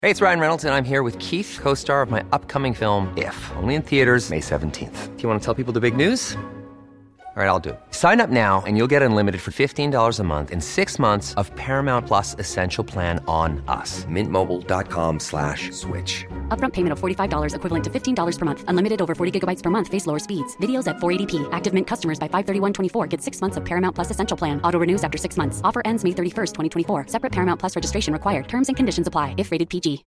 Hey, it's Ryan Reynolds, and I'm here with Keith, co-star of my upcoming film, If, only in theaters May 17th. Do you want to tell people the big news? All right, I'll do it. Sign up now and you'll get unlimited for $15 a month and 6 months of Paramount Plus Essential Plan on us. MintMobile.com/switch. Upfront payment of $45 equivalent to $15 per month. Unlimited over 40 gigabytes per month. Face lower speeds. Videos at 480p. Active Mint customers by 531.24 get 6 months of Paramount Plus Essential Plan. Auto renews after 6 months. Offer ends May 31st, 2024. Separate Paramount Plus registration required. Terms and conditions apply if rated PG.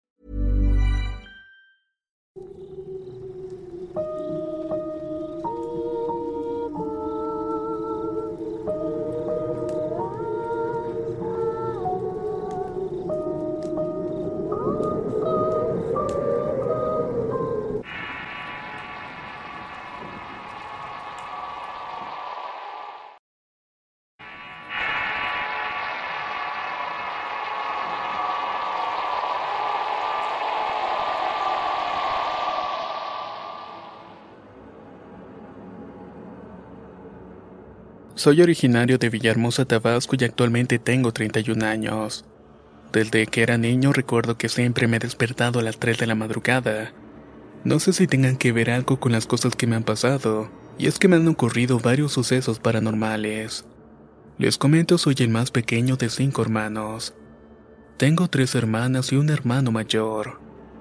Soy originario de Villahermosa, Tabasco y actualmente tengo 31 años. Desde que era niño recuerdo que siempre me he despertado a las 3 de la madrugada. No sé si tengan que ver algo con las cosas que me han pasado, y es que me han ocurrido varios sucesos paranormales. Les comento, soy el más pequeño de 5 hermanos. Tengo 3 hermanas y un hermano mayor.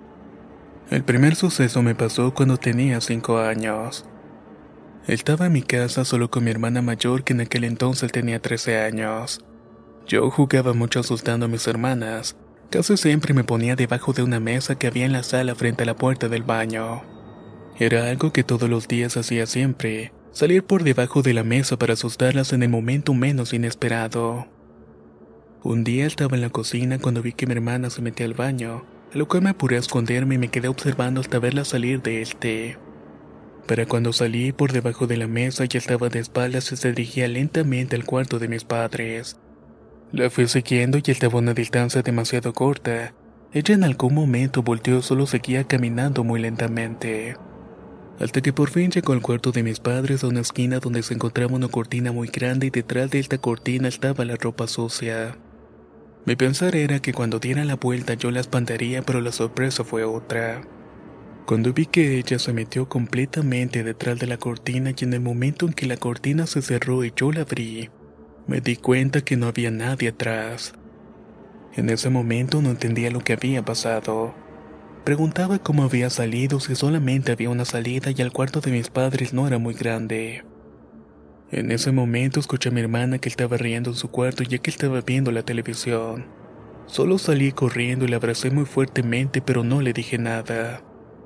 El primer suceso me pasó cuando tenía 5 años. Estaba en mi casa solo con mi hermana mayor, que en aquel entonces tenía 13 años. Yo jugaba mucho asustando a mis hermanas. Casi siempre me ponía debajo de una mesa que había en la sala frente a la puerta del baño. Era algo que todos los días hacía siempre, salir por debajo de la mesa para asustarlas en el momento menos inesperado. Un día estaba en la cocina cuando vi que mi hermana se metía al baño, a lo cual me apuré a esconderme y me quedé observando hasta verla salir de este. Para cuando salí por debajo de la mesa ya estaba de espaldas y se dirigía lentamente al cuarto de mis padres. La fui siguiendo y estaba a una distancia demasiado corta. Ella en algún momento volteó, solo seguía caminando muy lentamente. Hasta que por fin llegó al cuarto de mis padres, a una esquina donde se encontraba una cortina muy grande y detrás de esta cortina estaba la ropa sucia. Mi pensar era que cuando diera la vuelta yo la espantaría, pero la sorpresa fue otra. Cuando vi que ella se metió completamente detrás de la cortina y en el momento en que la cortina se cerró y yo la abrí, me di cuenta que no había nadie atrás. En ese momento no entendía lo que había pasado. Preguntaba cómo había salido, si solamente había una salida y el cuarto de mis padres no era muy grande. En ese momento escuché a mi hermana que estaba riendo en su cuarto ya que estaba viendo la televisión. Solo salí corriendo y la abracé muy fuertemente, pero no le dije nada.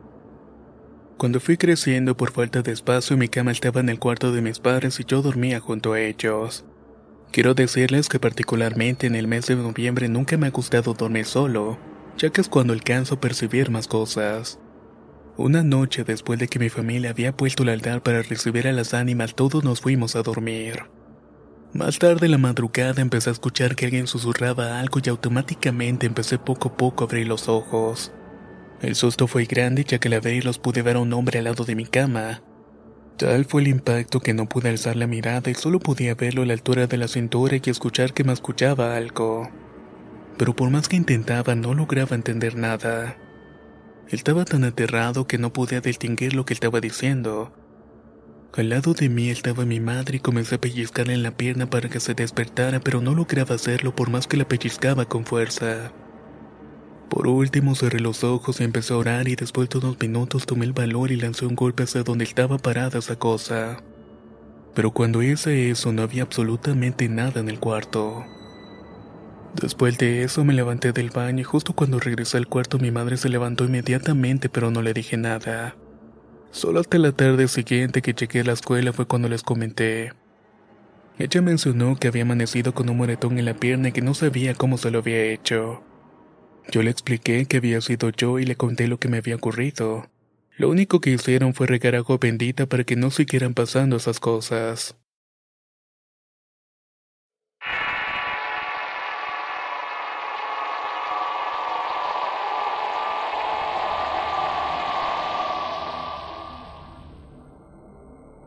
Cuando fui creciendo, por falta de espacio, mi cama estaba en el cuarto de mis padres y yo dormía junto a ellos. Quiero decirles que particularmente en el mes de noviembre nunca me ha gustado dormir solo, ya que es cuando alcanzo a percibir más cosas. Una noche, después de que mi familia había puesto el altar para recibir a las ánimas, todos nos fuimos a dormir. Más tarde en la madrugada empecé a escuchar que alguien susurraba algo y automáticamente empecé poco a poco a abrir los ojos. El susto fue grande ya que al abrirlos pude ver a un hombre al lado de mi cama. Tal fue el impacto que no pude alzar la mirada y solo podía verlo a la altura de la cintura y escuchar que me escuchaba algo. Pero por más que intentaba no lograba entender nada. Estaba tan aterrado que no podía distinguir lo que estaba diciendo. Al lado de mí estaba mi madre y comencé a pellizcarle en la pierna para que se despertara, pero no lograba hacerlo por más que la pellizcaba con fuerza. Por último cerré los ojos y empecé a orar y después de unos minutos tomé el valor y lancé un golpe hacia donde estaba parada esa cosa. Pero cuando hice eso no había absolutamente nada en el cuarto. Después de eso me levanté del baño y justo cuando regresé al cuarto mi madre se levantó inmediatamente, pero no le dije nada. Solo hasta la tarde siguiente que llegué a la escuela fue cuando les comenté. Ella mencionó que había amanecido con un moretón en la pierna y que no sabía cómo se lo había hecho. Yo le expliqué que había sido yo y le conté lo que me había ocurrido. Lo único que hicieron fue regar agua bendita para que no siguieran pasando esas cosas.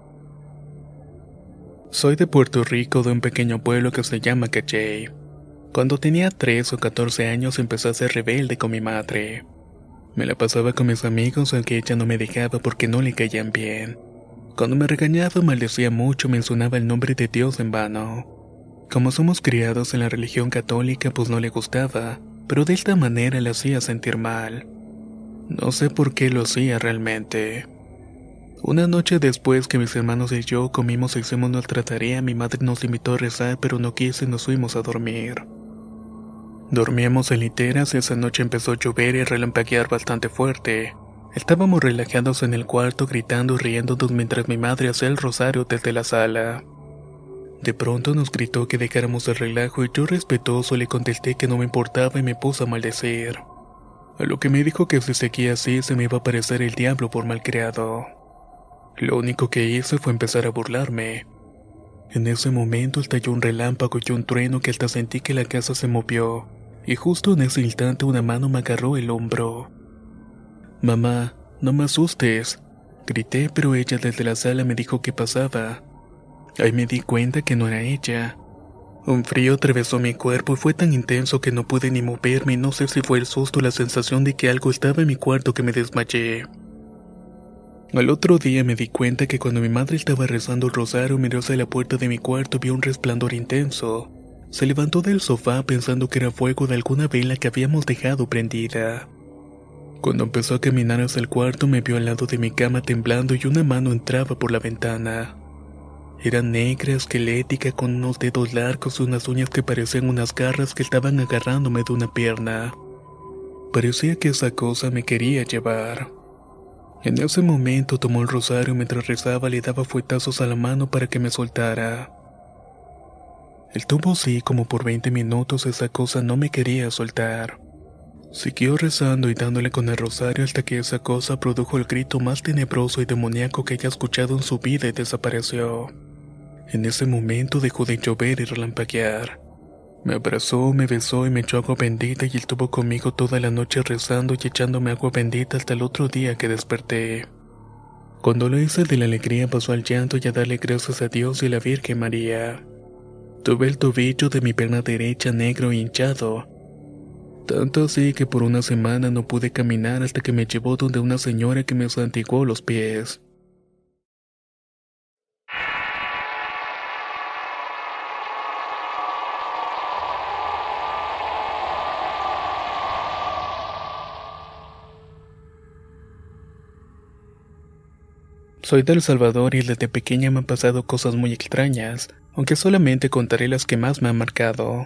Soy de Puerto Rico, de un pequeño pueblo que se llama Cachey. Cuando tenía 13 o 14 años empecé a ser rebelde con mi madre. Me la pasaba con mis amigos aunque ella no me dejaba porque no le caían bien. Cuando me regañaba maldecía mucho, mencionaba el nombre de Dios en vano. Como somos criados en la religión católica pues no le gustaba, pero de esta manera la hacía sentir mal. No sé por qué lo hacía realmente. Una noche después que mis hermanos y yo comimos e hicimos nuestra tarea, mi madre nos invitó a rezar pero no quiso y nos fuimos a dormir. Dormíamos en literas y esa noche empezó a llover y relampaguear bastante fuerte. Estábamos relajados en el cuarto gritando y riéndonos mientras mi madre hacía el rosario desde la sala. De pronto nos gritó que dejáramos el relajo y yo respetuoso le contesté que no me importaba y me puse a maldecir. A lo que me dijo que si seguía así se me iba a aparecer el diablo por malcriado. Lo único que hice fue empezar a burlarme. En ese momento estalló un relámpago y un trueno que hasta sentí que la casa se movió, y justo en ese instante una mano me agarró el hombro. «Mamá, no me asustes», grité, pero ella desde la sala me dijo qué pasaba. Ahí me di cuenta que no era ella. Un frío atravesó mi cuerpo y fue tan intenso que no pude ni moverme y no sé si fue el susto o la sensación de que algo estaba en mi cuarto que me desmayé. Al otro día me di cuenta que cuando mi madre estaba rezando el rosario miró hacia la puerta de mi cuarto y vio un resplandor intenso. Se levantó del sofá pensando que era fuego de alguna vela que habíamos dejado prendida. Cuando empezó a caminar hacia el cuarto me vio al lado de mi cama temblando y una mano entraba por la ventana. Era negra, esquelética, con unos dedos largos y unas uñas que parecían unas garras que estaban agarrándome de una pierna. Parecía que esa cosa me quería llevar. En ese momento tomó el rosario y mientras rezaba le daba fuetazos a la mano para que me soltara. Estuvo así como por 20 minutos, esa cosa no me quería soltar. Siguió rezando y dándole con el rosario hasta que esa cosa produjo el grito más tenebroso y demoníaco que haya escuchado en su vida y desapareció. En ese momento dejó de llover y relampaguear. Me abrazó, me besó y me echó agua bendita y estuvo conmigo toda la noche rezando y echándome agua bendita hasta el otro día que desperté. Cuando lo hice de la alegría pasó al llanto y a darle gracias a Dios y a la Virgen María. Tuve el tobillo de mi pierna derecha negro e hinchado. Tanto así que por una semana no pude caminar hasta que me llevó donde una señora que me santiguó los pies. Soy de El Salvador y desde pequeña me han pasado cosas muy extrañas, aunque solamente contaré las que más me han marcado.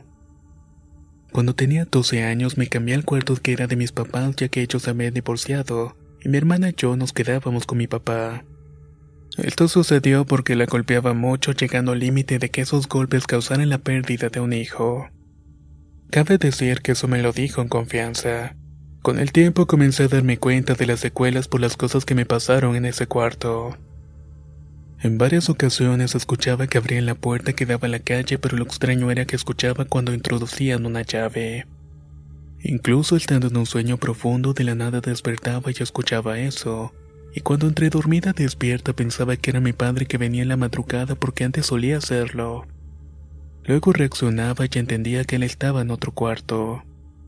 Cuando tenía 12 años me cambié al cuarto que era de mis papás ya que ellos se habían divorciado, y mi hermana y yo nos quedábamos con mi papá. Esto sucedió porque la golpeaba mucho, llegando al límite de que esos golpes causaran la pérdida de un hijo. Cabe decir que eso me lo dijo en confianza. Con el tiempo comencé a darme cuenta de las secuelas por las cosas que me pasaron en ese cuarto. En varias ocasiones escuchaba que abrían la puerta que daba a la calle, pero lo extraño era que escuchaba cuando introducían una llave. Incluso estando en un sueño profundo, de la nada despertaba y escuchaba eso, y cuando entre dormida despierta pensaba que era mi padre que venía en la madrugada porque antes solía hacerlo. Luego reaccionaba y entendía que él estaba en otro cuarto.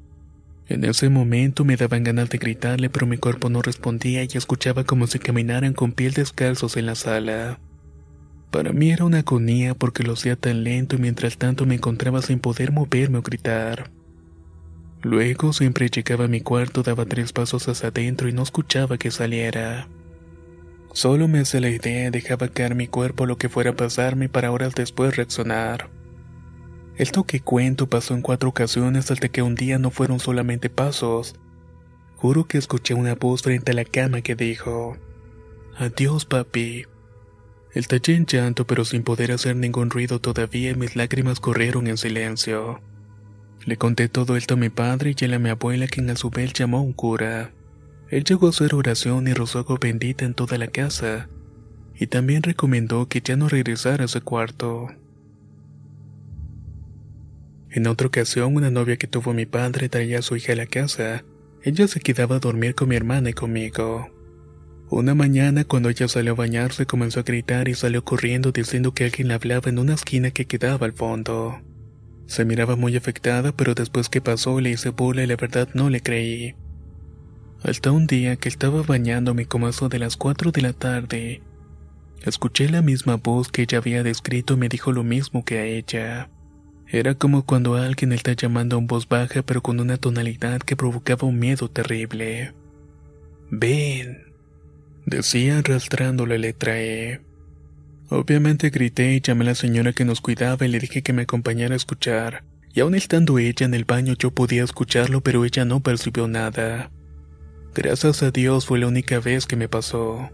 En ese momento me daban ganas de gritarle, pero mi cuerpo no respondía y escuchaba como si caminaran con piel descalzos en la sala. Para mí era una agonía porque lo hacía tan lento y mientras tanto me encontraba sin poder moverme o gritar. Luego siempre llegaba a mi cuarto, daba 3 pasos hacia adentro y no escuchaba que saliera. Solo me hacía la idea y dejaba caer mi cuerpo lo que fuera a pasarme para horas después reaccionar. Esto que cuento pasó en 4 ocasiones hasta que un día no fueron solamente pasos. Juro que escuché una voz frente a la cama que dijo: «Adiós, papi». Estallé en llanto pero sin poder hacer ningún ruido todavía y mis lágrimas corrieron en silencio. Le conté todo esto a mi padre y él a mi abuela, quien a su vez llamó a un cura. Él llegó a hacer oración y rozó agua bendita en toda la casa, y también recomendó que ya no regresara a ese cuarto. En otra ocasión, una novia que tuvo mi padre traía a su hija a la casa. Ella se quedaba a dormir con mi hermana y conmigo. Una mañana, cuando ella salió a bañarse, comenzó a gritar y salió corriendo diciendo que alguien le hablaba en una esquina que quedaba al fondo. Se miraba muy afectada, pero después que pasó le hice burla y la verdad no le creí. Hasta un día que estaba bañándome como eso de las 4 de la tarde, escuché la misma voz que ella había descrito y me dijo lo mismo que a ella. Era como cuando alguien está llamando en voz baja pero con una tonalidad que provocaba un miedo terrible. «Ven», decía arrastrando la letra E. Obviamente grité y llamé a la señora que nos cuidaba y le dije que me acompañara a escuchar, y aun estando ella en el baño yo podía escucharlo pero ella no percibió nada. Gracias a Dios fue la única vez que me pasó.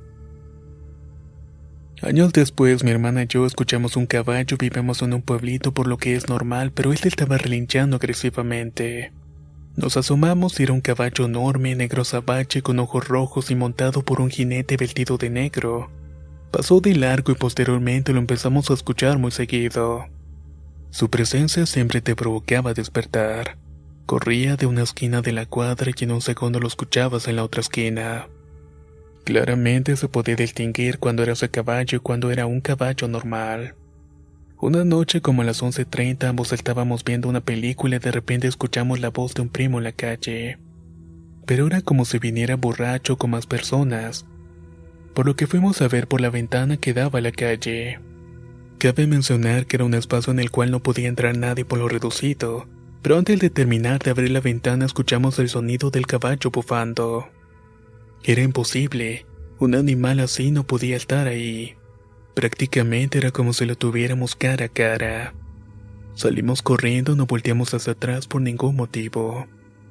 Años después, mi hermana y yo escuchamos un caballo. Vivimos en un pueblito por lo que es normal, pero él estaba relinchando agresivamente. Nos asomamos y era un caballo enorme, negro azabache con ojos rojos y montado por un jinete vestido de negro. Pasó de largo y posteriormente lo empezamos a escuchar muy seguido. Su presencia siempre te provocaba despertar. Corría de una esquina de la cuadra y en un segundo lo escuchabas en la otra esquina. Claramente se podía distinguir cuando era ese caballo y cuando era un caballo normal. Una noche como a las 11:30 ambos estábamos viendo una película y de repente escuchamos la voz de un primo en la calle. Pero era como si viniera borracho con más personas, por lo que fuimos a ver por la ventana que daba a la calle. Cabe mencionar que era un espacio en el cual no podía entrar nadie por lo reducido, pero antes de terminar de abrir la ventana escuchamos el sonido del caballo bufando. Era imposible, un animal así no podía estar ahí. Prácticamente era como si lo tuviéramos cara a cara. Salimos corriendo, no volteamos hacia atrás por ningún motivo.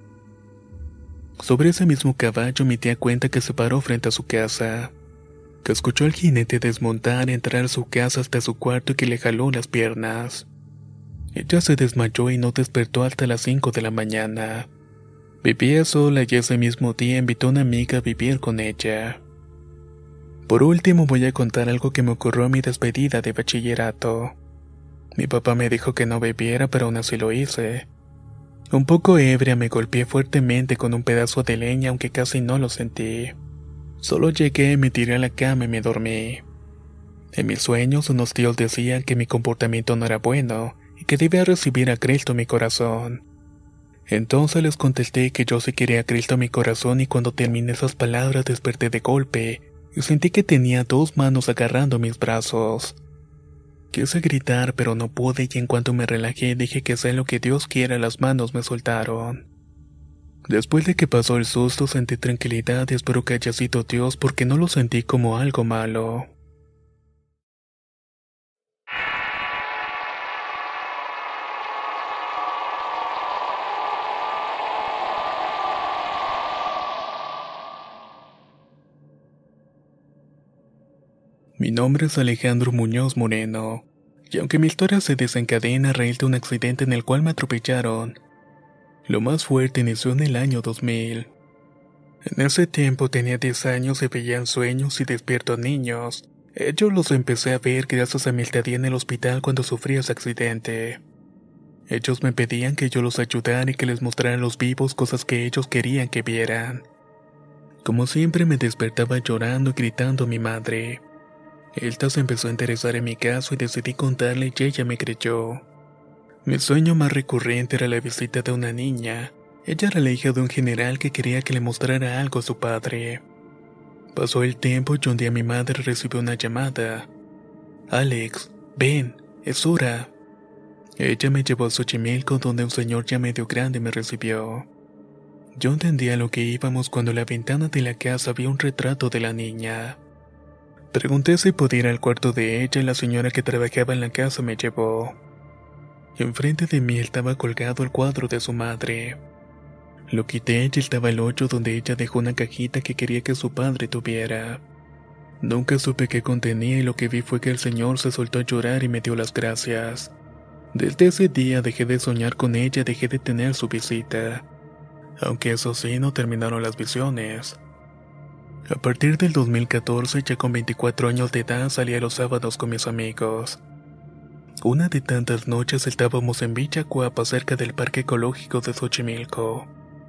Sobre ese mismo caballo mi tía cuenta que se paró frente a su casa, que escuchó al jinete desmontar, entrar a su casa hasta su cuarto y que le jaló las piernas. Ella se desmayó y no despertó hasta las 5 de la mañana. Vivía sola y ese mismo día invitó a una amiga a vivir con ella. Por último voy a contar algo que me ocurrió en mi despedida de bachillerato. Mi papá me dijo que no bebiera, pero aún así lo hice. Un poco ebria me golpeé fuertemente con un pedazo de leña, aunque casi no lo sentí. Solo llegué, me tiré a la cama y me dormí. En mis sueños unos tíos decían que mi comportamiento no era bueno y que debía recibir a Cristo en mi corazón. Entonces les contesté que yo sí quería a Cristo en mi corazón y cuando terminé esas palabras desperté de golpe y sentí que tenía 2 manos agarrando mis brazos. Quise gritar pero no pude y en cuanto me relajé dije que sea lo que Dios quiera, las manos me soltaron. Después de que pasó el susto sentí tranquilidad y espero que haya sido Dios porque no lo sentí como algo malo. Mi nombre es Alejandro Muñoz Moreno, y aunque mi historia se desencadena a raíz de un accidente en el cual me atropellaron, lo más fuerte inició en el año 2000. En ese tiempo tenía 10 años y veía en sueños y despierto a niños. Ellos los empecé a ver gracias a mi estadía en el hospital cuando sufrí ese accidente. Ellos me pedían que yo los ayudara y que les mostrara a los vivos cosas que ellos querían que vieran. Como siempre me despertaba llorando y gritando a mi madre. Esta se empezó a interesar en mi caso y decidí contarle y ella me creyó. Mi sueño más recurrente era la visita de una niña. Ella era la hija de un general que quería que le mostrara algo a su padre. Pasó el tiempo y un día mi madre recibió una llamada. «Alex, ven, es hora». Ella me llevó a Xochimilco donde un señor ya medio grande me recibió. Yo entendía lo que íbamos cuando en la ventana de la casa había un retrato de la niña. Pregunté si podía ir al cuarto de ella y la señora que trabajaba en la casa me llevó. Enfrente de mí estaba colgado el cuadro de su madre. Lo quité y estaba el hoyo donde ella dejó una cajita que quería que su padre tuviera. Nunca supe qué contenía y lo que vi fue que el señor se soltó a llorar y me dio las gracias. Desde ese día dejé de soñar con ella y dejé de tener su visita. Aunque eso sí, no terminaron las visiones. A partir del 2014, ya con 24 años de edad, salía los sábados con mis amigos. Una de tantas noches estábamos en Villa Cuapa, cerca del Parque Ecológico de Xochimilco.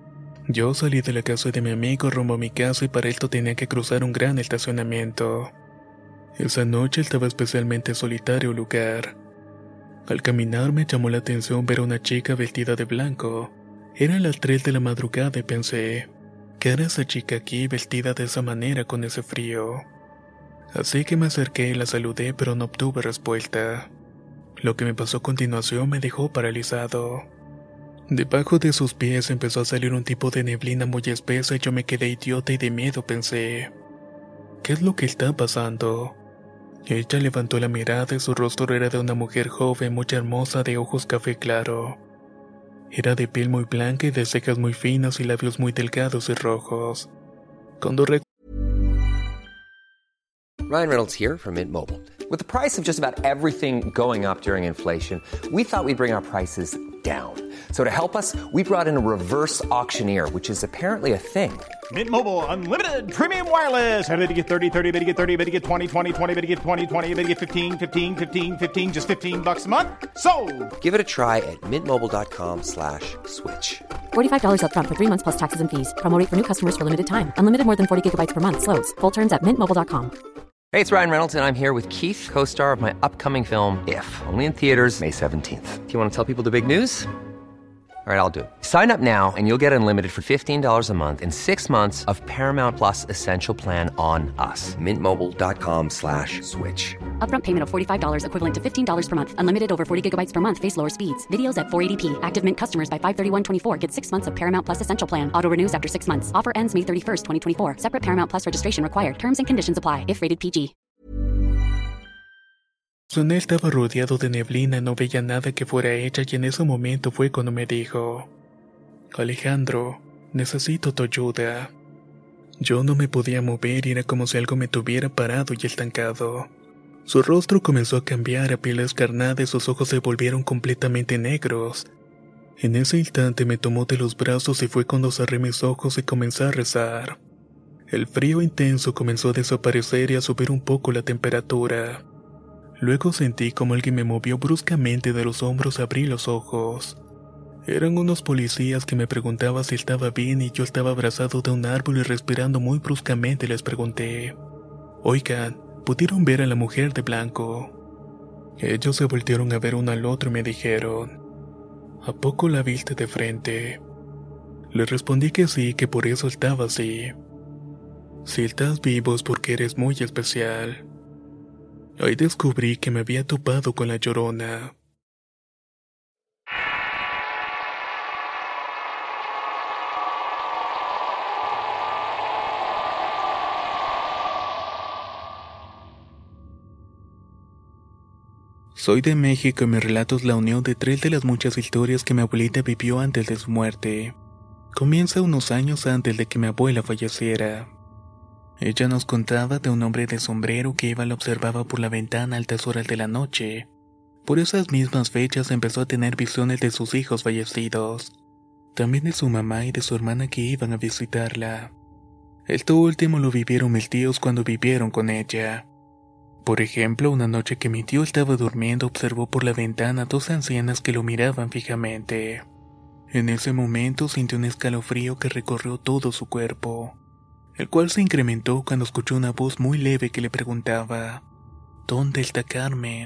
Yo salí de la casa de mi amigo rumbo a mi casa y para esto tenía que cruzar un gran estacionamiento. Esa noche estaba especialmente solitario el lugar. Al caminar me llamó la atención ver a una chica vestida de blanco. Eran las 3 de la madrugada y pensé, ¿qué hará esa chica aquí vestida de esa manera con ese frío? Así que me acerqué y la saludé, pero no obtuve respuesta. Lo que me pasó a continuación me dejó paralizado. Debajo de sus pies empezó a salir un tipo de neblina muy espesa y yo me quedé idiota y de miedo pensé, ¿qué es lo que está pasando? Ella levantó la mirada y su rostro era de una mujer joven, muy hermosa, de ojos café claro. Era de piel muy blanca y de cejas muy finas y labios muy delgados y rojos. Cuando Ryan Reynolds here from Mint Mobile. With the price of just about everything going up during inflation, we thought we'd bring our prices down. So to help us, we brought in a reverse auctioneer, which is apparently a thing. Mint Mobile Unlimited Premium Wireless. How to get 30, 30, bit to get 30, bit to get 20, 20, 20, bit to get 20, 20, bit to get 15, 15, 15, 15, just $15 a month? Sold! Give it a try at mintmobile.com/switch. $45 up front for 3 months plus taxes and fees. Promo rate for new customers for limited time. Unlimited more than 40 gigabytes per month. Slows full terms at mintmobile.com. Hey, it's Ryan Reynolds, and I'm here with Keith, co-star of my upcoming film, If, only in theaters May 17th. Do you want to tell people the big news? All right, I'll do it. Sign up now and you'll get unlimited for $15 a month and 6 months of Paramount Plus Essential Plan on us. mintmobile.com/switch. Upfront payment of $45 equivalent to $15 per month. Unlimited over 40 gigabytes per month. Face lower speeds. Videos at 480p. Active Mint customers by 531.24 get 6 months of Paramount Plus Essential Plan. Auto renews after 6 months. Offer ends May 31st, 2024. Separate Paramount Plus registration required. Terms and conditions apply if rated PG. Soné estaba rodeado de neblina, no veía nada que fuera ella y en ese momento fue cuando me dijo, Alejandro, necesito tu ayuda. Yo no me podía mover y era como si algo me tuviera parado y estancado. Su rostro comenzó a cambiar a piel descarnada y sus ojos se volvieron completamente negros. En ese instante me tomó de los brazos y fue cuando cerré mis ojos y comencé a rezar. El frío intenso comenzó a desaparecer y a subir un poco la temperatura. Luego sentí como alguien me movió bruscamente de los hombros y abrí los ojos. Eran unos policías que me preguntaban si estaba bien y yo estaba abrazado de un árbol y respirando muy bruscamente les pregunté, «Oigan, ¿pudieron ver a la mujer de blanco?» Ellos se voltearon a ver uno al otro y me dijeron, «¿A poco la viste de frente?» Les respondí que sí, que por eso estaba así. «Si estás vivo es porque eres muy especial». Ahí descubrí que me había topado con la Llorona. Soy de México y mi relato es la unión de 3 de las muchas historias que mi abuelita vivió antes de su muerte. Comienza unos años antes de que mi abuela falleciera. Ella nos contaba de un hombre de sombrero que iba y la observaba por la ventana a altas horas de la noche. Por esas mismas fechas empezó a tener visiones de sus hijos fallecidos, también de su mamá y de su hermana que iban a visitarla. Esto último lo vivieron mis tíos cuando vivieron con ella. Por ejemplo, una noche que mi tío estaba durmiendo observó por la ventana 2 ancianas que lo miraban fijamente. En ese momento sintió un escalofrío que recorrió todo su cuerpo, el cual se incrementó cuando escuchó una voz muy leve que le preguntaba, ¿dónde está Carmen?,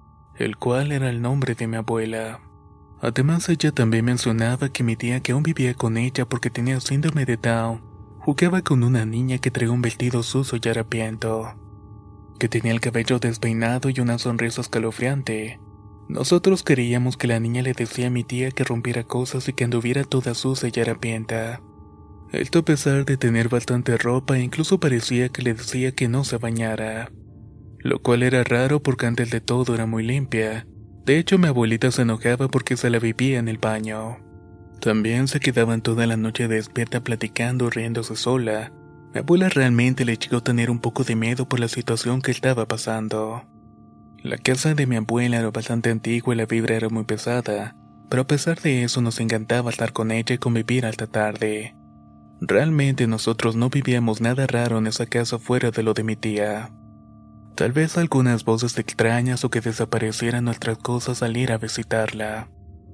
el cual era el nombre de mi abuela. Además ella también mencionaba que mi tía, que aún vivía con ella porque tenía síndrome de Down, jugaba con una niña que traía un vestido sucio y harapiento, que tenía el cabello despeinado y una sonrisa escalofriante. Nosotros creíamos que la niña le decía a mi tía que rompiera cosas y que anduviera toda sucia y harapienta. Esto a pesar de tener bastante ropa e incluso parecía que le decía que no se bañara, lo cual era raro porque antes de todo era muy limpia. De hecho mi abuelita se enojaba porque se la vivía en el baño. También se quedaban toda la noche despierta platicando, riéndose sola. Mi abuela realmente le llegó a tener un poco de miedo por la situación que estaba pasando. La casa de mi abuela era bastante antigua y la vibra era muy pesada, pero a pesar de eso nos encantaba estar con ella y convivir hasta tarde. Realmente nosotros no vivíamos nada raro en esa casa fuera de lo de mi tía. Tal vez algunas voces extrañas o que desaparecieran nuestras cosas al ir a visitarla.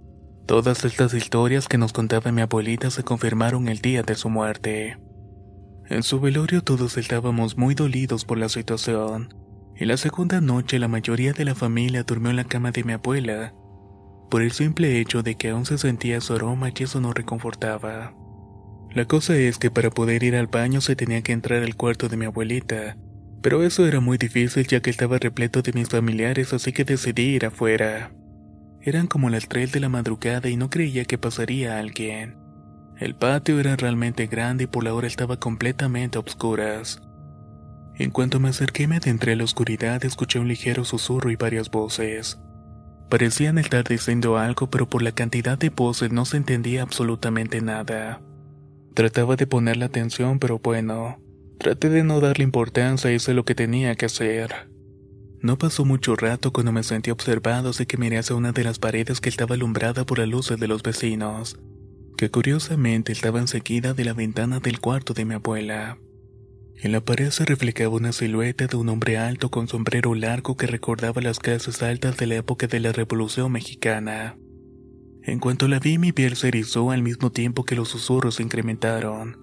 Todas estas historias que nos contaba mi abuelita se confirmaron el día de su muerte. En su velorio todos estábamos muy dolidos por la situación, En la segunda noche la mayoría de la familia durmió en la cama de mi abuela, por el simple hecho de que aún se sentía su aroma y eso nos reconfortaba. La cosa es que para poder ir al baño se tenía que entrar al cuarto de mi abuelita, pero eso era muy difícil ya que estaba repleto de mis familiares, así que decidí ir afuera. Eran como las 3 de la madrugada y no creía que pasaría alguien. El patio era realmente grande y por la hora estaba completamente a oscuras. En cuanto me acerqué y me adentré a la oscuridad, escuché un ligero susurro y varias voces. Parecían estar diciendo algo, pero por la cantidad de voces no se entendía absolutamente nada. Trataba de ponerle atención, pero bueno, traté de no darle importancia y hice lo que tenía que hacer. No pasó mucho rato cuando me sentí observado, así que miré hacia una de las paredes que estaba alumbrada por las luces de los vecinos, que curiosamente estaba enseguida de la ventana del cuarto de mi abuela. En la pared se reflejaba una silueta de un hombre alto con sombrero largo que recordaba las casas altas de la época de la Revolución Mexicana. En cuanto la vi, mi piel se erizó al mismo tiempo que los susurros se incrementaron.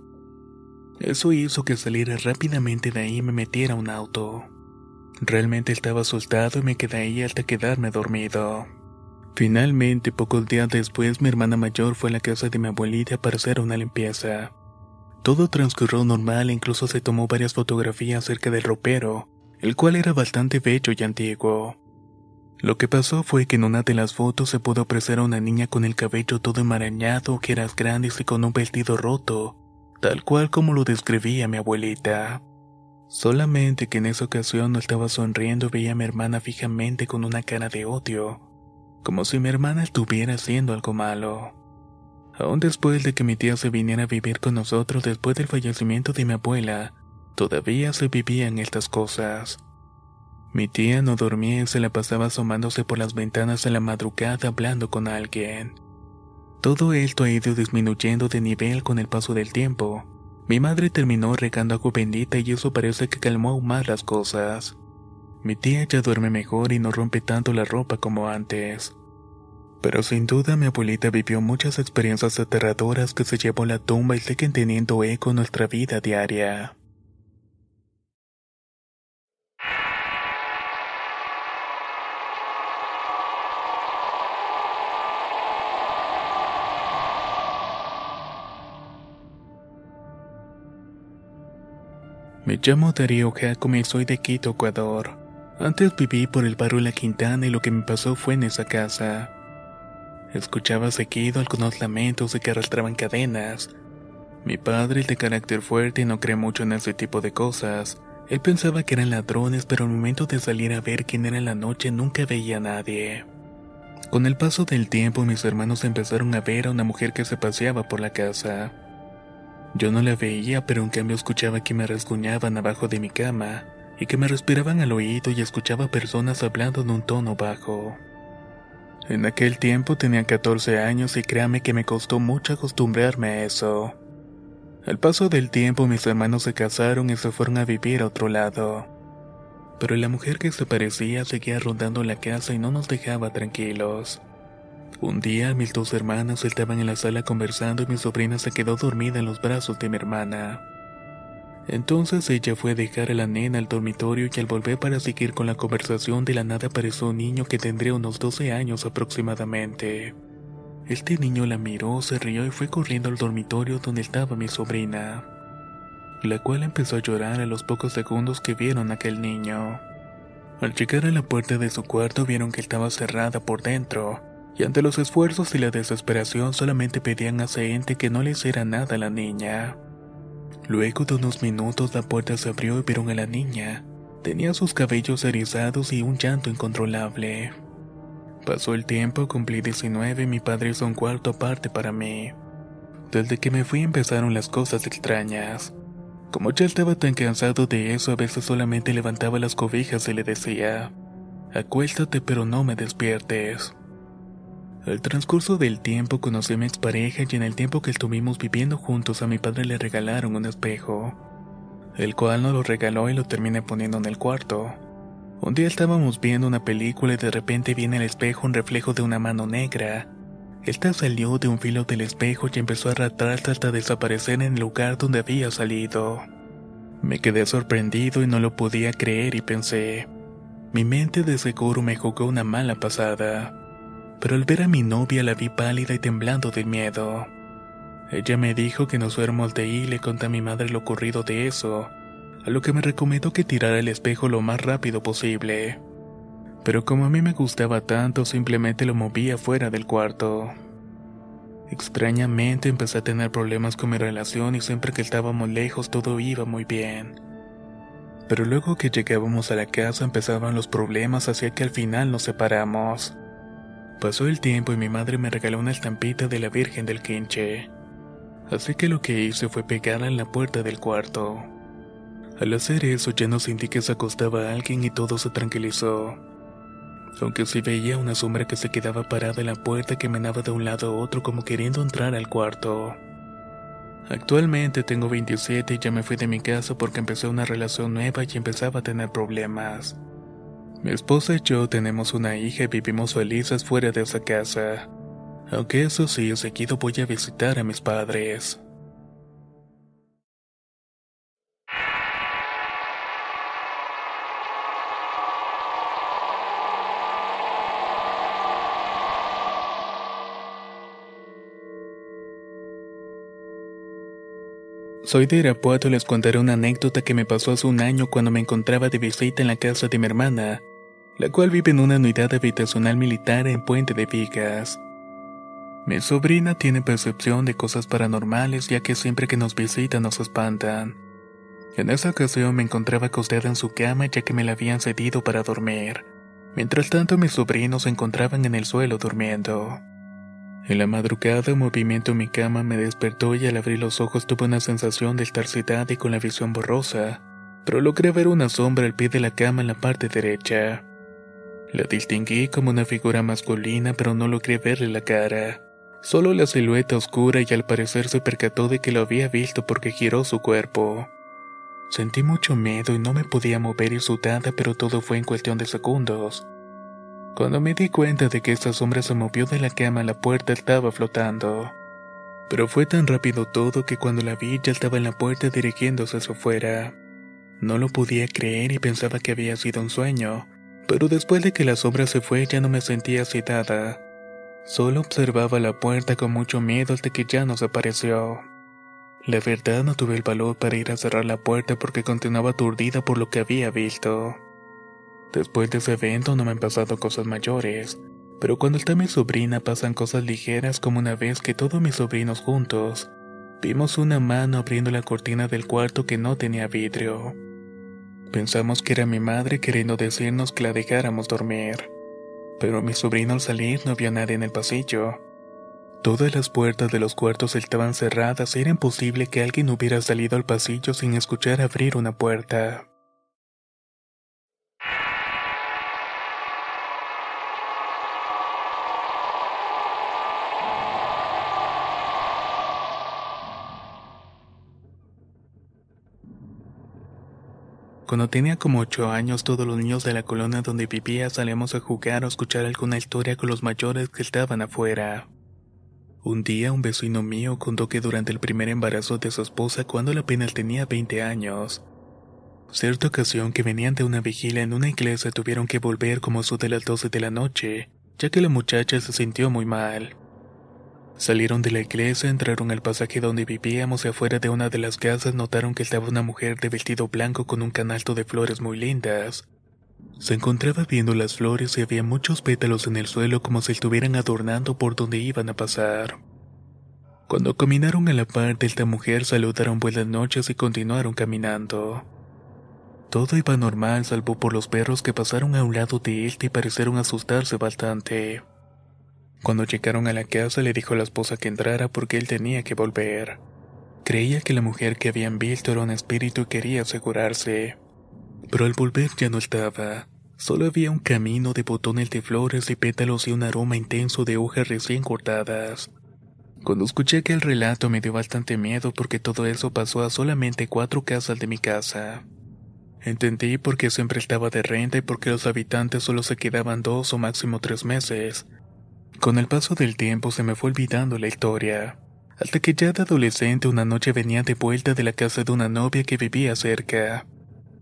Eso hizo que saliera rápidamente de ahí y me metiera a un auto. Realmente estaba asustado y me quedé ahí hasta quedarme dormido. Finalmente, pocos días después, mi hermana mayor fue a la casa de mi abuelita para hacer una limpieza. Todo transcurrió normal e incluso se tomó varias fotografías cerca del ropero, el cual era bastante bello y antiguo. Lo que pasó fue que en una de las fotos se pudo apreciar a una niña con el cabello todo enmarañado, ojeras grandes y con un vestido roto, tal cual como lo describía mi abuelita. Solamente que en esa ocasión no estaba sonriendo y veía a mi hermana fijamente con una cara de odio, como si mi hermana estuviera haciendo algo malo. Aún después de que mi tía se viniera a vivir con nosotros después del fallecimiento de mi abuela, todavía se vivían estas cosas. Mi tía no dormía y se la pasaba asomándose por las ventanas en la madrugada hablando con alguien. Todo esto ha ido disminuyendo de nivel con el paso del tiempo. Mi madre terminó regando agua bendita y eso parece que calmó aún más las cosas. Mi tía ya duerme mejor y no rompe tanto la ropa como antes. Pero sin duda mi abuelita vivió muchas experiencias aterradoras que se llevó a la tumba y siguen teniendo eco en nuestra vida diaria. Me llamo Darío Jacome y soy de Quito, Ecuador. Antes viví por el barrio La Quintana y lo que me pasó fue en esa casa. Escuchaba seguido algunos lamentos de que arrastraban cadenas. Mi padre, el de carácter fuerte, no cree mucho en ese tipo de cosas. Él pensaba que eran ladrones, pero al momento de salir a ver quién era en la noche nunca veía a nadie. Con el paso del tiempo mis hermanos empezaron a ver a una mujer que se paseaba por la casa. Yo no la veía, pero en cambio escuchaba que me rasguñaban abajo de mi cama y que me respiraban al oído y escuchaba personas hablando en un tono bajo. En aquel tiempo tenía 14 años y créame que me costó mucho acostumbrarme a eso. Al paso del tiempo mis hermanos se casaron y se fueron a vivir a otro lado. Pero la mujer que se parecía seguía rondando la casa y no nos dejaba tranquilos. Un día mis 2 hermanas estaban en la sala conversando y mi sobrina se quedó dormida en los brazos de mi hermana. Entonces ella fue a dejar a la nena al dormitorio y al volver para seguir con la conversación de la nada apareció un niño que tendría unos 12 años aproximadamente. Este niño la miró, se rió y fue corriendo al dormitorio donde estaba mi sobrina, la cual empezó a llorar a los pocos segundos que vieron a aquel niño. Al llegar a la puerta de su cuarto vieron que estaba cerrada por dentro, y ante los esfuerzos y la desesperación solamente pedían a ese ente que no le hiciera nada a la niña. Luego de unos minutos la puerta se abrió y vieron a la niña. Tenía sus cabellos erizados y un llanto incontrolable. Pasó el tiempo, cumplí 19 y mi padre hizo un cuarto aparte para mí. Desde que me fui empezaron las cosas extrañas. Como ya estaba tan cansado de eso, a veces solamente levantaba las cobijas y le decía: acuéstate pero no me despiertes. Al transcurso del tiempo conocí a mi expareja y en el tiempo que estuvimos viviendo juntos a mi padre le regalaron un espejo, el cual nos lo regaló y lo terminé poniendo en el cuarto. Un día estábamos viendo una película y de repente vi en el espejo un reflejo de una mano negra. Esta salió de un filo del espejo y empezó a arrastrarse hasta desaparecer en el lugar donde había salido. Me quedé sorprendido y no lo podía creer y pensé: Mi mente de seguro me jugó una mala pasada, pero al ver a mi novia la vi pálida y temblando de miedo. Ella me dijo que nos fuéramos de ahí y le conté a mi madre lo ocurrido de eso, a lo que me recomendó que tirara el espejo lo más rápido posible. Pero como a mí me gustaba tanto, simplemente lo movía fuera del cuarto. Extrañamente empecé a tener problemas con mi relación y siempre que estábamos lejos todo iba muy bien. Pero luego que llegábamos a la casa empezaban los problemas, así que al final nos separamos. Pasó el tiempo y mi madre me regaló una estampita de la Virgen del Quinche. Así que lo que hice fue pegarla en la puerta del cuarto. Al hacer eso ya no sentí que se acostaba alguien y todo se tranquilizó. Aunque sí veía una sombra que se quedaba parada en la puerta que caminaba de un lado a otro como queriendo entrar al cuarto. Actualmente tengo 27 y ya me fui de mi casa porque empecé una relación nueva y empezaba a tener problemas. Mi esposa y yo tenemos una hija y vivimos felices fuera de esa casa. Aunque eso sí, seguido voy a visitar a mis padres. Soy de Irapuato y les contaré una anécdota que me pasó hace un año cuando me encontraba de visita en la casa de mi hermana, la cual vive en una unidad habitacional militar en Puente de Vigas. Mi sobrina tiene percepción de cosas paranormales ya que siempre que nos visita nos espantan. En esa ocasión me encontraba acostada en su cama ya que me la habían cedido para dormir. Mientras tanto mis sobrinos se encontraban en el suelo durmiendo. En la madrugada un movimiento en mi cama me despertó y al abrir los ojos tuve una sensación de estar sedada y con la visión borrosa, pero logré ver una sombra al pie de la cama en la parte derecha. La distinguí como una figura masculina pero no logré verle la cara, solo la silueta oscura y al parecer se percató de que lo había visto porque giró su cuerpo. Sentí mucho miedo y no me podía mover y sudada pero todo fue en cuestión de segundos. Cuando me di cuenta de que esta sombra se movió de la cama, la puerta estaba flotando. Pero fue tan rápido todo que cuando la vi ya estaba en la puerta dirigiéndose hacia afuera. No lo podía creer y pensaba que había sido un sueño, pero después de que la sombra se fue ya no me sentía sedada. Solo observaba la puerta con mucho miedo hasta que ya nos apareció. La verdad no tuve el valor para ir a cerrar la puerta porque continuaba aturdida por lo que había visto. Después de ese evento no me han pasado cosas mayores, pero cuando está mi sobrina pasan cosas ligeras como una vez que todos mis sobrinos juntos vimos una mano abriendo la cortina del cuarto que no tenía vidrio. Pensamos que era mi madre queriendo decirnos que la dejáramos dormir, pero mi sobrino al salir no vio a nadie en el pasillo. Todas las puertas de los cuartos estaban cerradas y era imposible que alguien hubiera salido al pasillo sin escuchar abrir una puerta. Cuando tenía como 8 años, todos los niños de la colonia donde vivía salíamos a jugar o escuchar alguna historia con los mayores que estaban afuera. Un día un vecino mío contó que durante el primer embarazo de su esposa cuando apenas tenía 20 años, cierta ocasión que venían de una vigilia en una iglesia tuvieron que volver como eso de las 12 de la noche, ya que la muchacha se sintió muy mal. Salieron de la iglesia, entraron al pasaje donde vivíamos y afuera de una de las casas notaron que estaba una mujer de vestido blanco con un canasto de flores muy lindas. Se encontraba viendo las flores y había muchos pétalos en el suelo como si estuvieran adornando por donde iban a pasar. Cuando caminaron a la par de esta mujer saludaron buenas noches y continuaron caminando. Todo iba normal salvo por los perros que pasaron a un lado de él y parecieron asustarse bastante. Cuando llegaron a la casa le dijo a la esposa que entrara porque él tenía que volver. Creía que la mujer que habían visto era un espíritu y quería asegurarse. Pero al volver ya no estaba. Solo había un camino de botones de flores y pétalos y un aroma intenso de hojas recién cortadas. Cuando escuché aquel relato me dio bastante miedo porque todo eso pasó a solamente 4 casas de mi casa. Entendí por qué siempre estaba de renta y por qué los habitantes solo se quedaban 2 o máximo 3 meses. Con el paso del tiempo se me fue olvidando la historia, hasta que ya de adolescente una noche venía de vuelta de la casa de una novia que vivía cerca.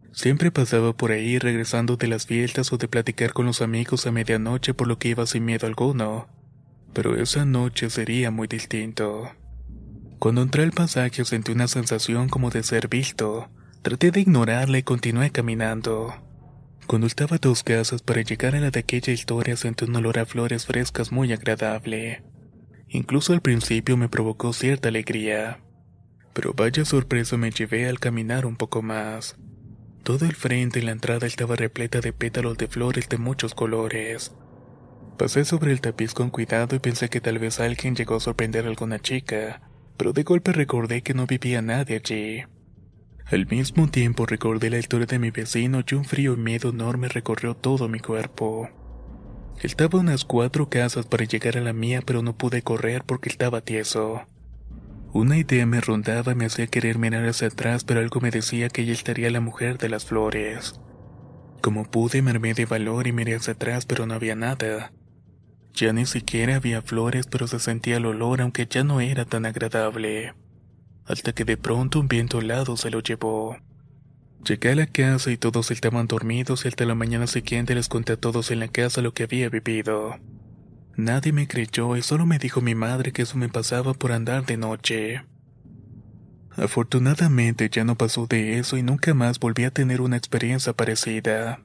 Siempre pasaba por ahí regresando de las fiestas o de platicar con los amigos a medianoche, por lo que iba sin miedo alguno. Pero esa noche sería muy distinto. Cuando entré al pasaje sentí una sensación como de ser visto. Traté de ignorarla y continué caminando. Cuando estaba a 2 casas para llegar a la de aquella historia sentí un olor a flores frescas muy agradable. Incluso al principio me provocó cierta alegría. Pero vaya sorpresa me llevé al caminar un poco más. Todo el frente y la entrada estaba repleta de pétalos de flores de muchos colores. Pasé sobre el tapiz con cuidado y pensé que tal vez alguien llegó a sorprender a alguna chica, pero de golpe recordé que no vivía nadie allí. Al mismo tiempo recordé la historia de mi vecino y un frío y miedo enorme recorrió todo mi cuerpo. Estaba a unas 4 casas para llegar a la mía, pero no pude correr porque estaba tieso. Una idea me rondaba y me hacía querer mirar hacia atrás, pero algo me decía que ella estaría la mujer de las flores. Como pude, me armé de valor y miré hacia atrás, pero no había nada. Ya ni siquiera había flores, pero se sentía el olor, aunque ya no era tan agradable. Hasta que de pronto un viento helado se lo llevó. Llegué a la casa y todos estaban dormidos y hasta la mañana siguiente les conté a todos en la casa lo que había vivido. Nadie me creyó y solo me dijo mi madre que eso me pasaba por andar de noche. Afortunadamente ya no pasó de eso y nunca más volví a tener una experiencia parecida.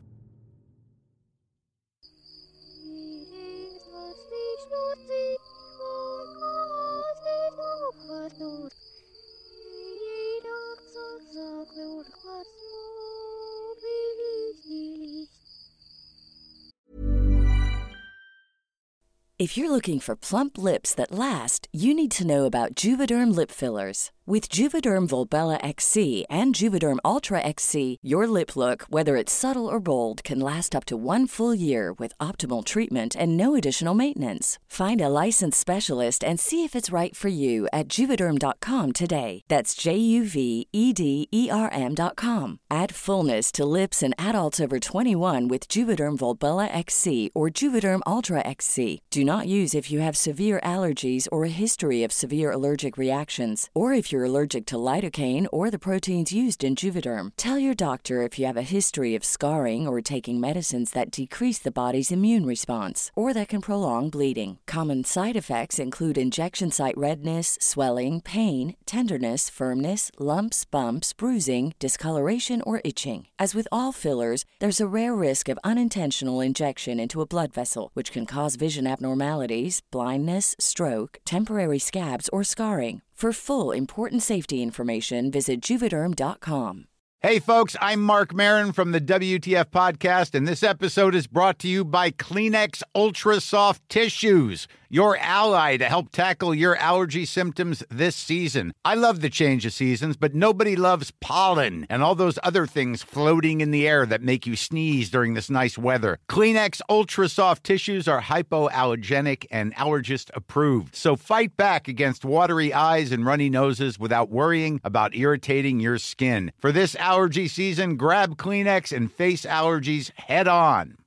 If you're looking for plump lips that last, you need to know about Juvederm lip fillers. With Juvederm Volbella XC and Juvederm Ultra XC, your lip look, whether it's subtle or bold, can last up to 1 full year with optimal treatment and no additional maintenance. Find a licensed specialist and see if it's right for you at Juvederm.com today. That's JUVEDERM.com. Add fullness to lips in adults over 21 with Juvederm Volbella XC or Juvederm Ultra XC. Do not use if you have severe allergies or a history of severe allergic reactions, or if you're allergic to lidocaine or the proteins used in Juvederm. Tell your doctor if you have a history of scarring or taking medicines that decrease the body's immune response or that can prolong bleeding. Common side effects include injection site redness, swelling, pain, tenderness, firmness, lumps, bumps, bruising, discoloration, or itching. As with all fillers, there's a rare risk of unintentional injection into a blood vessel, which can cause vision abnormalities, blindness, stroke, temporary scabs, or scarring. For full, important safety information, visit Juvederm.com. Hey, folks, I'm Mark Maron from the WTF Podcast, and this episode is brought to you by Kleenex Ultra Soft Tissues, your ally to help tackle your allergy symptoms this season. I love the change of seasons, but nobody loves pollen and all those other things floating in the air that make you sneeze during this nice weather. Kleenex Ultra Soft Tissues are hypoallergenic and allergist approved, so fight back against watery eyes and runny noses without worrying about irritating your skin. For this allergy season, grab Kleenex and face allergies head on.